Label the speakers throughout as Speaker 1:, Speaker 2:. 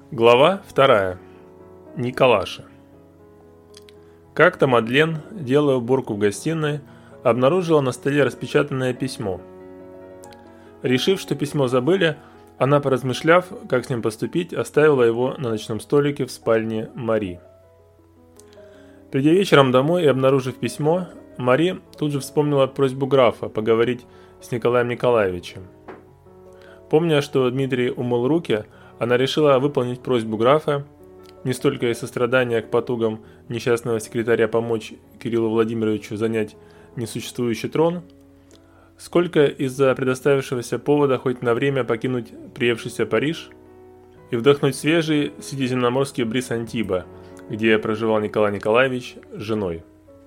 Speaker 1: Глава 2. Николаша. Как-то Мадлен, делая уборку в гостиной, обнаружила на столе распечатанное письмо. Решив, что письмо забыли, она, поразмышляв, как с ним поступить, оставила его на ночном столике в спальне Мари. Придя вечером домой и обнаружив письмо, Мари тут же вспомнила просьбу графа поговорить с Николаем Николаевичем. Помня, что Дмитрий умыл руки, она решила выполнить просьбу графа, не столько из сострадания к потугам несчастного секретаря помочь Кириллу Владимировичу занять несуществующий трон, сколько из-за предоставившегося повода хоть на время покинуть приевшийся Париж и вдохнуть свежий средиземноморский бриз Антиба, где проживал Николай Николаевич с женой.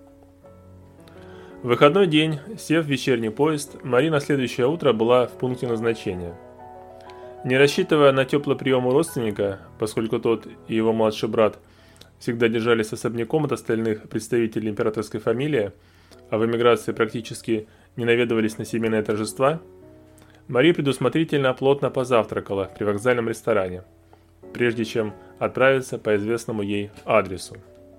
Speaker 1: В выходной день, сев в вечерний поезд, Мари на следующее утро была в пункте назначения. Не рассчитывая на теплый прием у родственника, поскольку тот и его младший брат всегда держались особняком от остальных представителей императорской фамилии, а в эмиграции практически не наведывались на семейные торжества, Мари предусмотрительно плотно позавтракала в привокзальном ресторане, прежде чем отправиться по известному ей адресу.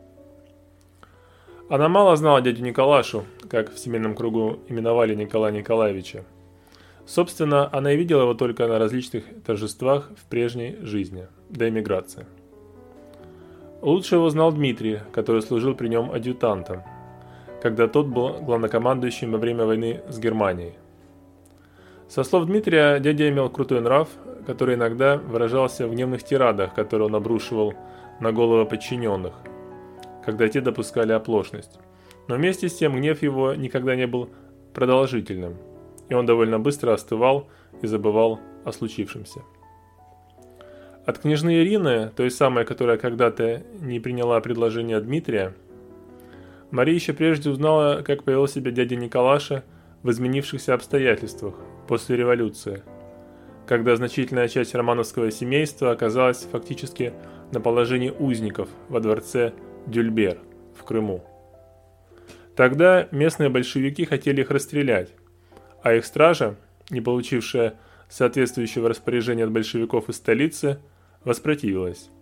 Speaker 1: Она мало знала дядю Николашу, как в семейном кругу именовали Николая Николаевича. Собственно, она и видела его только на различных торжествах в прежней жизни, до эмиграции. Лучше его знал Дмитрий, который служил при нем адъютантом, когда тот был главнокомандующим во время войны с Германией. Со слов Дмитрия, дядя имел крутой нрав, который иногда выражался в гневных тирадах, которые он обрушивал на головы подчиненных, когда те допускали оплошность. Но вместе с тем гнев его никогда не был продолжительным, и он довольно быстро остывал и забывал о случившемся. От княжны Ирины, той самой, которая когда-то не приняла предложение Дмитрия, Мария еще прежде узнала, как повел себя дядя Николаша в изменившихся обстоятельствах после революции, когда значительная часть романовского семейства оказалась фактически на положении узников во дворце Дюльбер в Крыму. Тогда местные большевики хотели их расстрелять, а их стража, не получившая соответствующего распоряжения от большевиков из столицы, воспротивилась.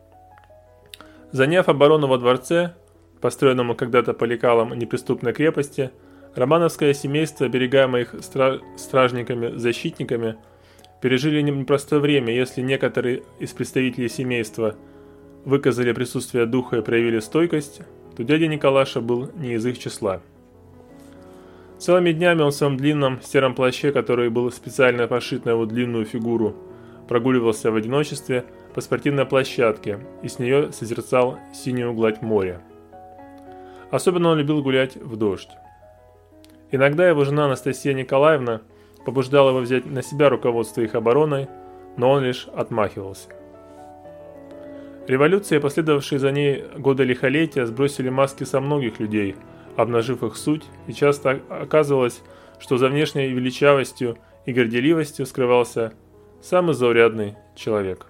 Speaker 1: Заняв оборону во дворце, построенному когда-то по лекалам неприступной крепости, романовское семейство, оберегаемое их стражниками-защитниками, пережили непростое время. Если некоторые из представителей семейства выказали присутствие духа и проявили стойкость, то дядя Николаша был не из их числа. Целыми днями он в своем длинном сером плаще, который был специально пошит на его длинную фигуру, прогуливался в одиночестве по спортивной площадке и с нее созерцал синюю гладь моря. Особенно он любил гулять в дождь. Иногда его жена Анастасия Николаевна побуждала его взять на себя руководство их обороной, но он лишь отмахивался. Революция и последовавшие за ней годы лихолетия сбросили маски со многих людей, обнажив их суть, и часто оказывалось, что за внешней величавостью и горделивостью скрывался самый заурядный человек.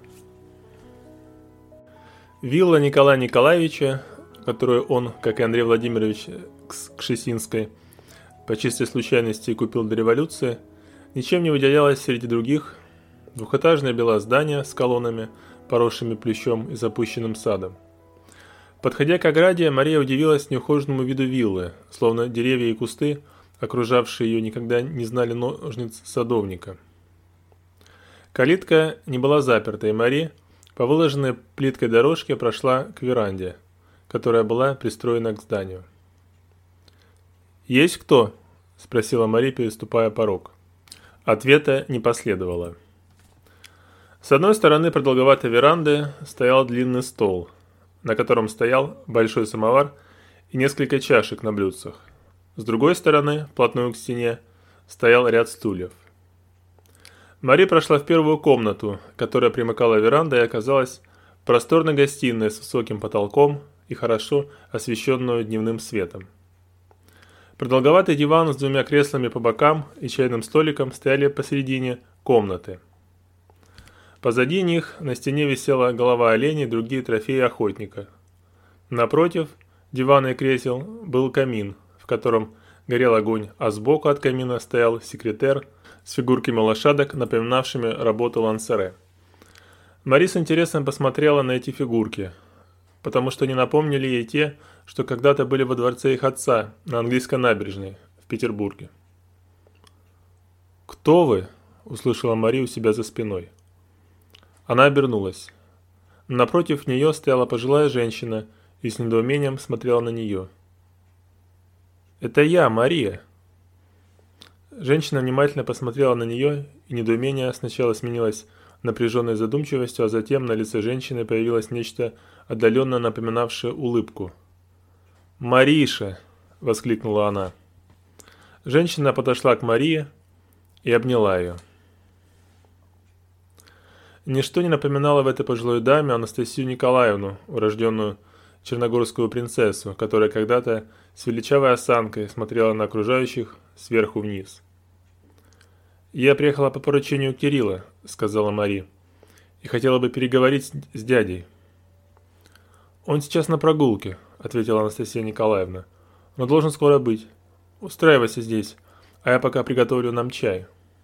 Speaker 1: Вилла Николая Николаевича, которую он, как и Андрей Владимирович Кшесинской, по чистой случайности купил до революции, ничем не выделялась среди других. Двухэтажное белое здание с колоннами, поросшими плющом и запущенным садом. Подходя к ограде, Мария удивилась неухоженному виду виллы, словно деревья и кусты, окружавшие ее, никогда не знали ножниц садовника. Калитка не была заперта, и Мария по выложенной плиткой дорожке прошла к веранде, которая была пристроена к зданию. «Есть кто?» – спросила Мария, переступая порог. Ответа не последовало. С одной стороны продолговатой веранды стоял длинный стол, на котором стоял большой самовар и несколько чашек на блюдцах. С другой стороны, вплотную к стене, стоял ряд стульев. Мари прошла в первую комнату, которая примыкала верандой, и оказалась просторной гостиной с высоким потолком и хорошо освещенную дневным светом. Продолговатый диван с двумя креслами по бокам и чайным столиком стояли посередине комнаты. Позади них на стене висела голова оленя и другие трофеи охотника. Напротив дивана и кресел был камин, в котором горел огонь, а сбоку от камина стоял секретер с фигурками лошадок, напоминавшими работу Лансаре. Мари с интересом посмотрела на эти фигурки, потому что они напомнили ей те, что когда-то были во дворце их отца на английской набережной в Петербурге. «Кто вы?» – услышала Мари у себя за спиной. Она обернулась. Напротив нее стояла пожилая женщина и с недоумением смотрела на нее. «Это я, Мария!» Женщина внимательно посмотрела на нее, и недоумение сначала сменилось напряженной задумчивостью, а затем на лице женщины появилось нечто отдаленно напоминавшее улыбку. «Мариша!» – воскликнула она. Женщина подошла к Марии и обняла ее. Ничто не напоминало в этой пожилой даме Анастасию Николаевну, урожденную черногорскую принцессу, которая когда-то с величавой осанкой смотрела на окружающих сверху вниз. «Я приехала по поручению Кирилла», — сказала Мари, — «и хотела бы переговорить с дядей». «Он сейчас на прогулке», — ответила Анастасия Николаевна, — «но должен скоро быть. Устраивайся здесь, а я пока приготовлю нам чай».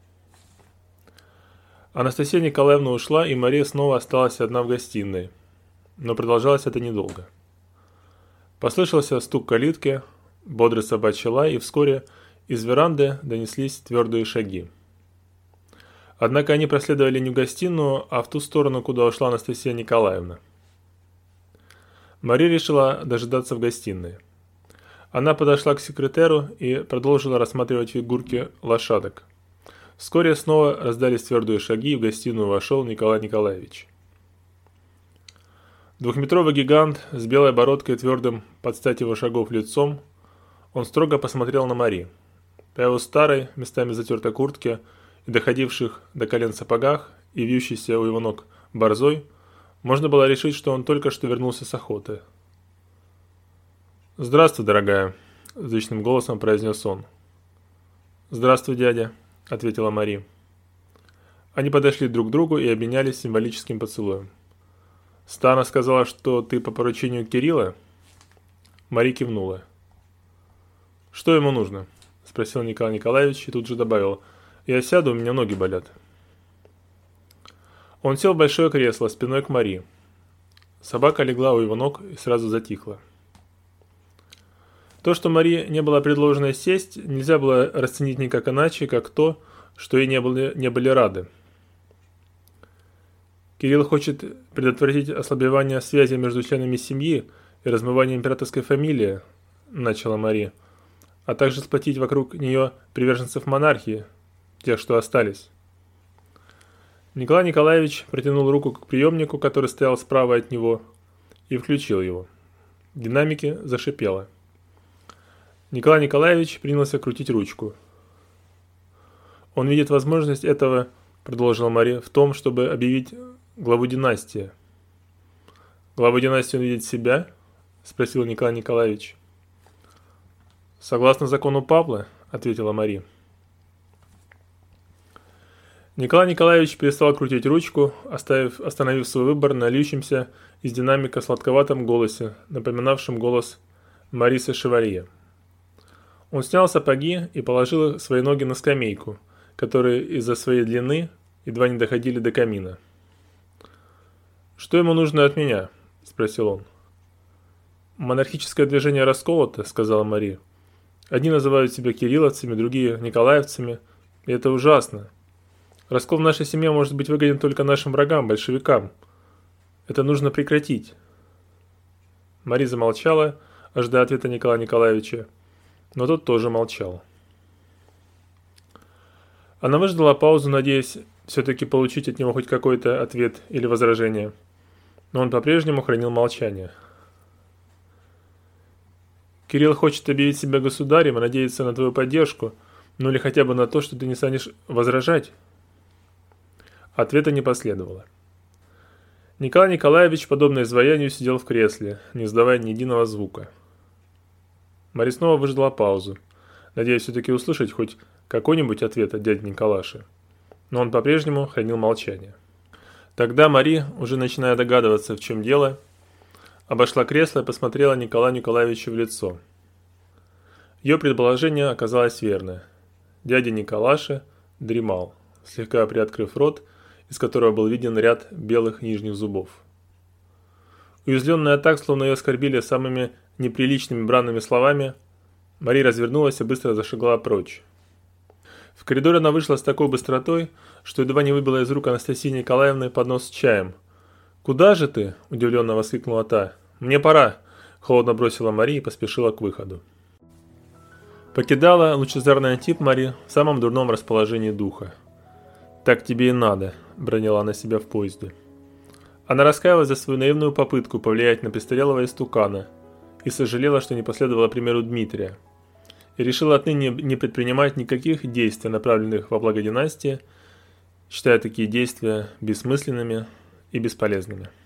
Speaker 1: Анастасия Николаевна ушла, и Мария снова осталась одна в гостиной, но продолжалось это недолго. Послышался стук калитки, бодрый собачий лай, и вскоре из веранды донеслись твердые шаги. Однако они проследовали не в гостиную, а в ту сторону, куда ушла Анастасия Николаевна. Мария решила дожидаться в гостиной. Она подошла к секретеру и продолжила рассматривать фигурки лошадок. Вскоре снова раздались твердые шаги, и в гостиную вошел Николай Николаевич. Двухметровый гигант с белой бородкой и твердым под стать его шагов лицом, он строго посмотрел на Мари. По его старой, местами затертой куртке и доходивших до колен сапогах и вьющейся у его ног борзой, можно было решить, что он только что вернулся с охоты. «Здравствуй, дорогая», – зычным голосом произнес он. «Здравствуй, дядя», – ответила Мари. Они подошли друг к другу и обменялись символическим поцелуем. «Стана сказала, что ты по поручению Кирилла?» Мари кивнула. «Что ему нужно?» – спросил Николай Николаевич и тут же добавил. «Я сяду, у меня ноги болят». Он сел в большое кресло, спиной к Мари. Собака легла у его ног и сразу затихла. То, что Мари не было предложено сесть, нельзя было расценить никак иначе, как то, что ей не были рады. «Кирилл хочет предотвратить ослабевание связи между членами семьи и размывание императорской фамилии», – начала Мари, – «а также сплотить вокруг нее приверженцев монархии, тех, что остались». Николай Николаевич протянул руку к приемнику, который стоял справа от него, и включил его. В динамике зашипело. Николай Николаевич принялся крутить ручку. «Он видит возможность этого, — продолжила Мария, — в том, чтобы объявить главу династии». «Главу династии он видит себя?» — спросил Николай Николаевич. «Согласно закону Павла, — ответила Мария. Николай Николаевич перестал крутить ручку, остановив свой выбор на льющемся из динамика сладковатом голосе, напоминавшем голос Марисы Шевалье. Он снял сапоги и положил свои ноги на скамейку, которые из-за своей длины едва не доходили до камина. «Что ему нужно от меня?» – спросил он. «Монархическое движение расколото», – сказала Мари. «Одни называют себя кирилловцами, другие – николаевцами, и это ужасно. Раскол в нашей семье может быть выгоден только нашим врагам, большевикам. Это нужно прекратить». Мари замолчала, ожидая ответа Николая Николаевича, но тот тоже молчал. Она выждала паузу, надеясь все-таки получить от него хоть какой-то ответ или возражение, но он по-прежнему хранил молчание. «Кирилл хочет объявить себя государем и надеется на твою поддержку, ну или хотя бы на то, что ты не станешь возражать». Ответа не последовало. Николай Николаевич, подобно изваянию, сидел в кресле, не издавая ни единого звука. Мари снова выждала паузу, надеясь все-таки услышать хоть какой-нибудь ответ от дяди Николаши, но он по-прежнему хранил молчание. Тогда Мари, уже начиная догадываться, в чем дело, обошла кресло и посмотрела Николаю Николаевичу в лицо. Ее предположение оказалось верно. Дядя Николаша дремал, слегка приоткрыв рот из которого был виден ряд белых нижних зубов. Уязвленная так, словно ее оскорбили самыми неприличными бранными словами, Мари развернулась и быстро зашагала прочь. В коридор она вышла с такой быстротой, что едва не выбила из рук Анастасии Николаевны поднос с чаем. «Куда же ты?» – удивленно воскликнула та. «Мне пора», – холодно бросила Мари и поспешила к выходу. Покидала лучезарный тип Мари в самом дурном расположении духа. «Так тебе и надо», – бронила она себя в поезде. Она раскаялась за свою наивную попытку повлиять на престарелого истукана и сожалела, что не последовала примеру Дмитрия, и решила отныне не предпринимать никаких действий, направленных во благо династии, считая такие действия бессмысленными и бесполезными.